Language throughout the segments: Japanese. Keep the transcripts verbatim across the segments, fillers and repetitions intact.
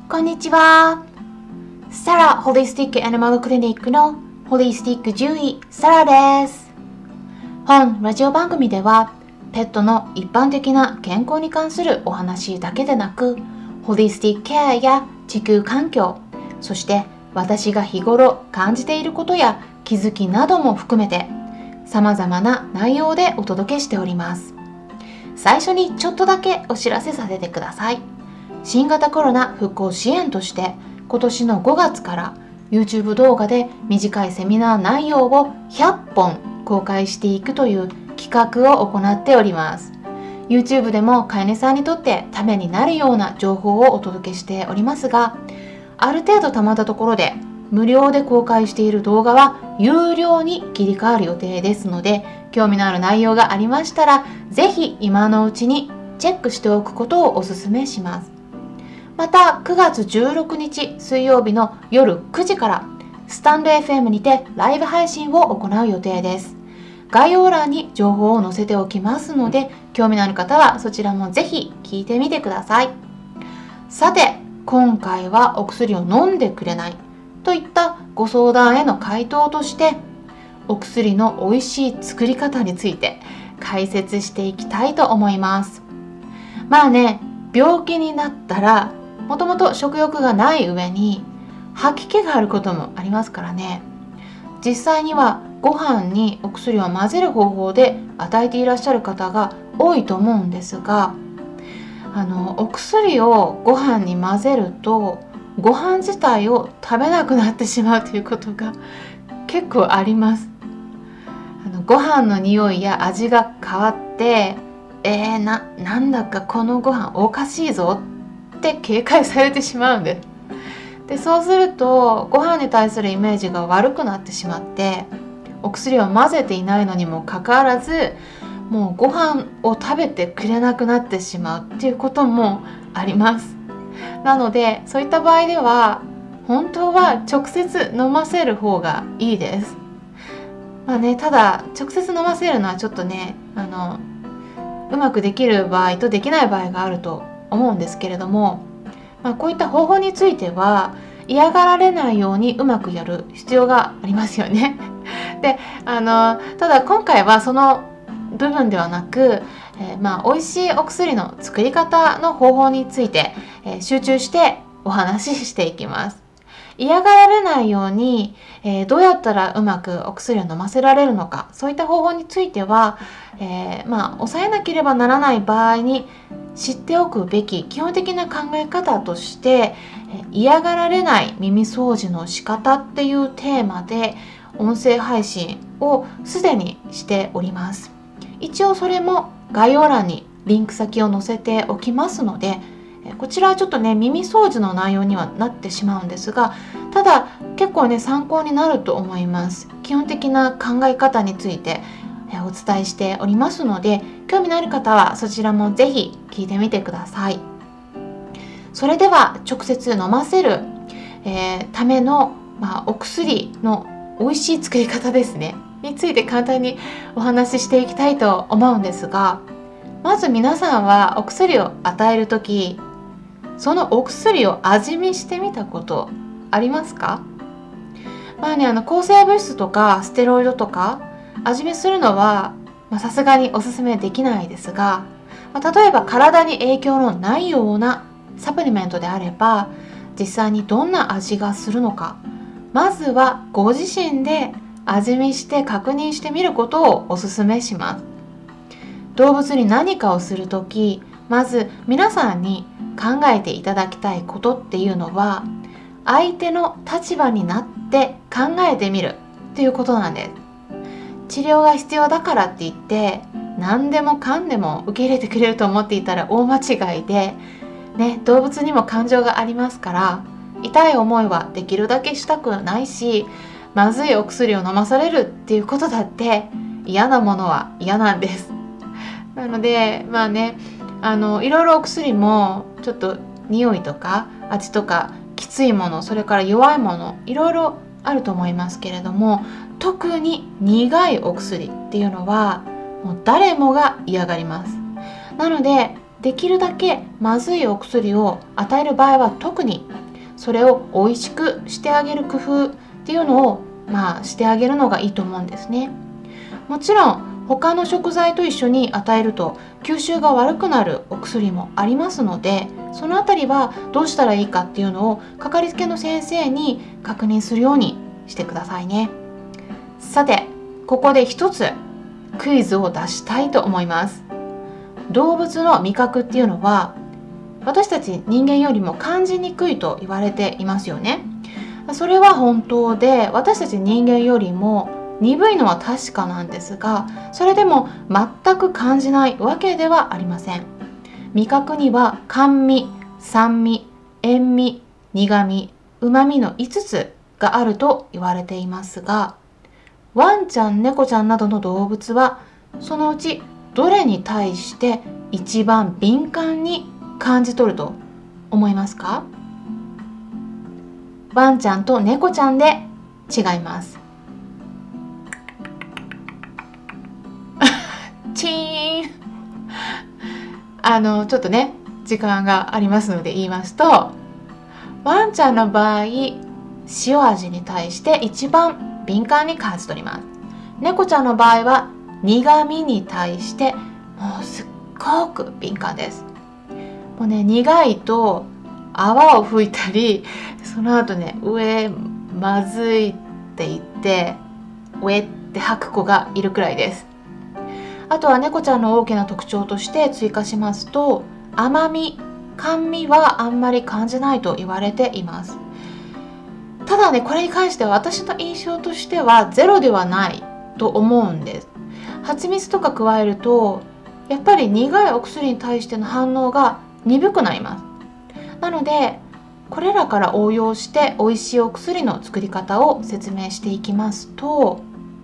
こんにちは。サラホリスティックアニマルクリニックのホリスティック獣医サラです。本ラジオ番組ではペットの一般的な健康に関するお話だけでなく、ホリスティックケアや地球環境、そして私が日頃感じていることや気づきなども含めて様々な内容でお届けしております。最初にちょっとだけお知らせさせてください。新型コロナ復興支援として今年のごがつから YouTube 動画で短いセミナー内容をひゃっぽん公開していくという企画を行っております。 YouTube でも飼い主さんにとってためになるような情報をお届けしておりますが、ある程度たまったところで無料で公開している動画は有料に切り替わる予定ですので、興味のある内容がありましたらぜひ今のうちにチェックしておくことをお勧めします。またくがつじゅうろくにち水曜日の夜くじからスタンド エフエム にてライブ配信を行う予定です。概要欄に情報を載せておきますので、興味のある方はそちらもぜひ聞いてみてください。さて、今回はお薬を飲んでくれないといったご相談への回答として、お薬の美味しい作り方について解説していきたいと思います。まあね、病気になったらもともと食欲がない上に吐き気があることもありますからね。実際にはご飯にお薬を混ぜる方法で与えていらっしゃる方が多いと思うんですが、あのお薬をご飯に混ぜるとご飯自体を食べなくなってしまうということが結構あります。あのご飯の匂いや味が変わってえー、な, なんだかこのご飯おかしいぞって警戒されてしまうんです。でそうするとご飯に対するイメージが悪くなってしまって、お薬を混ぜていないのにもかかわらずもうご飯を食べてくれなくなってしまうっていうこともあります。なのでそういった場合では本当は直接飲ませる方がいいです。まあね、ただ直接飲ませるのはちょっとね、あのうまくできる場合とできない場合があると思うんですけれども、まあ、こういった方法については嫌がられないようにうまくやる必要がありますよね。で、あのただ今回はその部分ではなく、えー、まあ美味しいお薬の作り方の方法について、えー、集中してお話ししていきます。嫌がられないように、えー、どうやったらうまくお薬を飲ませられるのか、そういった方法については、えー、まあ抑えなければならない場合に知っておくべき基本的な考え方として、えー、嫌がられない耳掃除の仕方っていうテーマで音声配信をすでにしております。一応それも概要欄にリンク先を載せておきますので、こちらはちょっとね耳掃除の内容にはなってしまうんですが、ただ結構ね参考になると思います。基本的な考え方についてお伝えしておりますので、興味のある方はそちらもぜひ聞いてみてください。それでは直接飲ませる、えー、ための、まあ、お薬の美味しい作り方ですねについて簡単にお話ししていきたいと思うんですが、まず皆さんはお薬を与えるとき、そのお薬を味見してみたことありますか？まあね、あの抗生物質とかステロイドとか味見するのはさすがにおすすめできないですが、まあ、例えば体に影響のないようなサプリメントであれば実際にどんな味がするのか、まずはご自身で味見して確認してみることをおすすめします。動物に何かをするとき、まず皆さんに考えていただきたいことっていうのは、相手の立場になって考えてみるっていうことなんです。治療が必要だからって言って何でもかんでも受け入れてくれると思っていたら大間違いで、ね、動物にも感情がありますから、痛い思いはできるだけしたくないし、まずいお薬を飲まされるっていうことだって嫌なものは嫌なんです。なのでまあね、あのいろいろお薬もちょっと匂いとか味とかきついもの、それから弱いもの、いろいろあると思いますけれども、特に苦いお薬っていうのはもう誰もが嫌がります。なのでできるだけまずいお薬を与える場合は特にそれを美味しくしてあげる工夫っていうのをまあしてあげるのがいいと思うんですね。もちろん他の食材と一緒に与えると吸収が悪くなるお薬もありますので、そのあたりはどうしたらいいかっていうのをかかりつけの先生に確認するようにしてくださいね。さて、ここで一つクイズを出したいと思います。動物の味覚っていうのは私たち人間よりも感じにくいと言われていますよね。それは本当で、私たち人間よりも鈍いのは確かなんですが、それでも全く感じないわけではありません。味覚には甘味、酸味、塩味、苦味、うまみのいつつがあると言われていますが、ワンちゃん、猫ちゃんなどの動物はそのうちどれに対して一番敏感に感じ取ると思いますか？ワンちゃんと猫ちゃんで違います。チーンあのちょっとね時間がありますので言いますと、ワンちゃんの場合塩味に対して一番敏感に感じ取ります。猫ちゃんの場合は苦味に対してもうすっごく敏感です。もうね、苦いと泡を吹いたり、その後ね、上まずいって言って上って吐く子がいるくらいです。あとは猫ちゃんの大きな特徴として追加しますと、甘み、甘味はあんまり感じないと言われています。ただね、これに関しては私の印象としてはゼロではないと思うんです。蜂蜜とか加えるとやっぱり苦いお薬に対しての反応が鈍くなります。なのでこれらから応用して美味しいお薬の作り方を説明していきますと、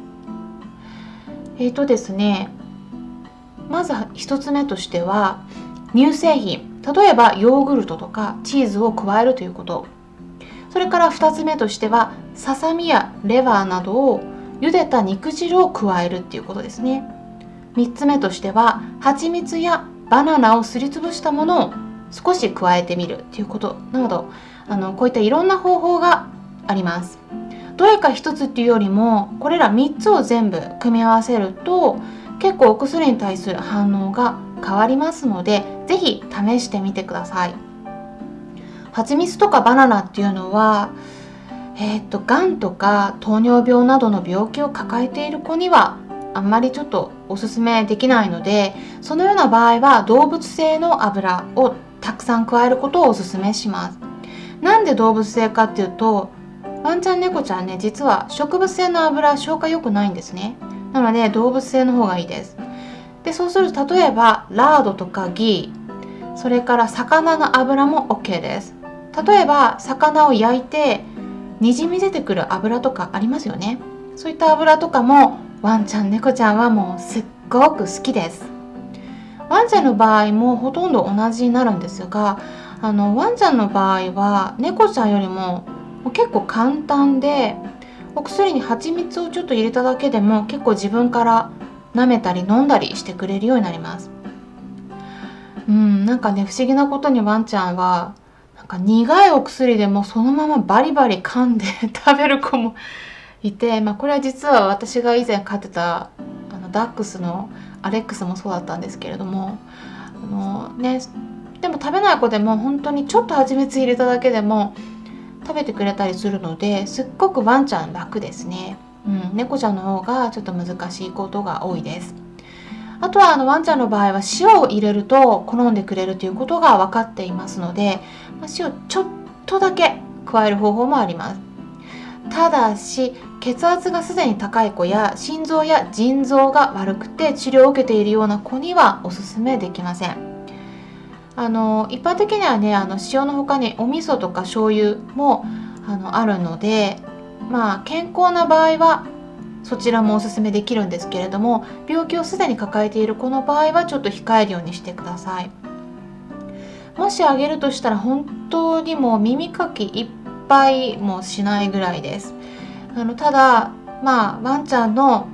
えーとですねまず一つ目としては、乳製品、例えばヨーグルトとかチーズを加えるということ。それから二つ目としては、ささみやレバーなどを茹でた肉汁を加えるっていうことですね。三つ目としては、蜂蜜やバナナをすりつぶしたものを少し加えてみるっていうことなど、あのこういったいろんな方法があります。どれか一つっていうよりも、これら三つを全部組み合わせると結構お薬に対する反応が変わりますので、ぜひ試してみてください。蜂蜜とかバナナっていうのは、えー、っとがんとか糖尿病などの病気を抱えている子にはあんまりちょっとおすすめできないので、そのような場合は動物性の油をたくさん加えることをおすすめします。なんで動物性かっていうと、ワンちゃん猫ちゃんね、実は植物性の油消化良くないんですね。なので動物性の方がいいです。で、そうすると例えばラードとかギー、それから魚の油も OK です。例えば魚を焼いてにじみ出てくる油とかありますよね。そういった油とかもワンちゃん猫ちゃんはもうすっごく好きです。ワンちゃんの場合もほとんど同じになるんですが、あのワンちゃんの場合は猫ちゃんよりも結構簡単で、お薬に蜂蜜をちょっと入れただけでも結構自分から舐めたり飲んだりしてくれるようになります。うん、なんかね、不思議なことにワンちゃんはなんか苦いお薬でもそのままバリバリ噛んで食べる子もいて、まあ、これは実は私が以前飼ってたあのダックスのアレックスもそうだったんですけれども、あの、ね、でも食べない子でも本当にちょっと蜂蜜入れただけでも食べてくれたりするので、すっごくワンちゃん楽ですね。うん、猫ちゃんの方がちょっと難しいことが多いです。あとはあのワンちゃんの場合は塩を入れると好んでくれるということが分かっていますので、塩ちょっとだけ加える方法もあります。ただし血圧がすでに高い子や心臓や腎臓が悪くて治療を受けているような子にはおすすめできません。あの一般的にはね、あの塩の他にお味噌とか醤油もあのあるので、まあ健康な場合はそちらもおすすめできるんですけれども、病気をすでに抱えている子の場合はちょっと控えるようにしてください。もしあげるとしたら本当にもう耳かきいっぱいもしないぐらいです。あのただまあワンちゃんの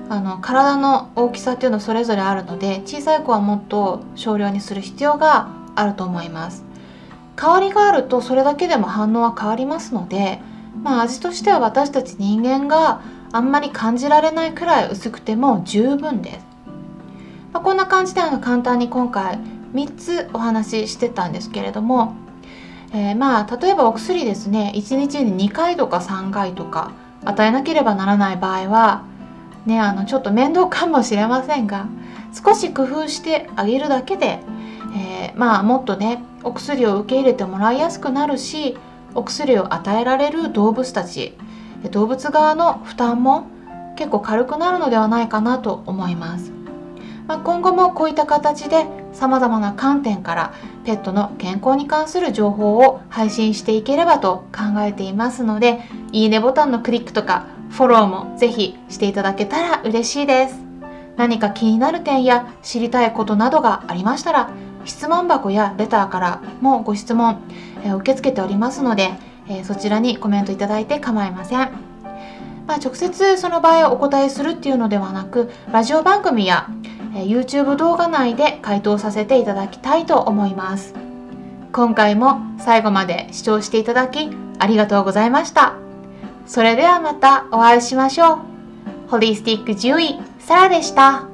あの体の大きさっていうのそれぞれあるので、小さい子はもっと少量にする必要があると思います。香りがあるとそれだけでも反応は変わりますので、まあ、味としては私たち人間があんまり感じられないくらい薄くても十分です。まあ、こんな感じであの簡単に今回みっつお話ししてたんですけれども、えー、まあ例えばお薬ですね、いちにちににかいとかさんかいとか与えなければならない場合はね、あのちょっと面倒かもしれませんが、少し工夫してあげるだけで、えー、まあもっとねお薬を受け入れてもらいやすくなるし、お薬を与えられる動物たち、動物側の負担も結構軽くなるのではないかなと思います。まあ、今後もこういった形でさまざまな観点からペットの健康に関する情報を配信していければと考えていますので、いいねボタンのクリックとかフォローもぜひしていただけたら嬉しいです。何か気になる点や知りたいことなどがありましたら、質問箱やレターからもご質問、えー、受け付けておりますので、えー、そちらにコメントいただいて構いません。まあ、直接その場合はお答えするっていうのではなく、ラジオ番組や、えー、YouTube 動画内で回答させていただきたいと思います。今回も最後まで視聴していただきありがとうございました。それではまたお会いしましょう。ホリスティック獣医サラでした。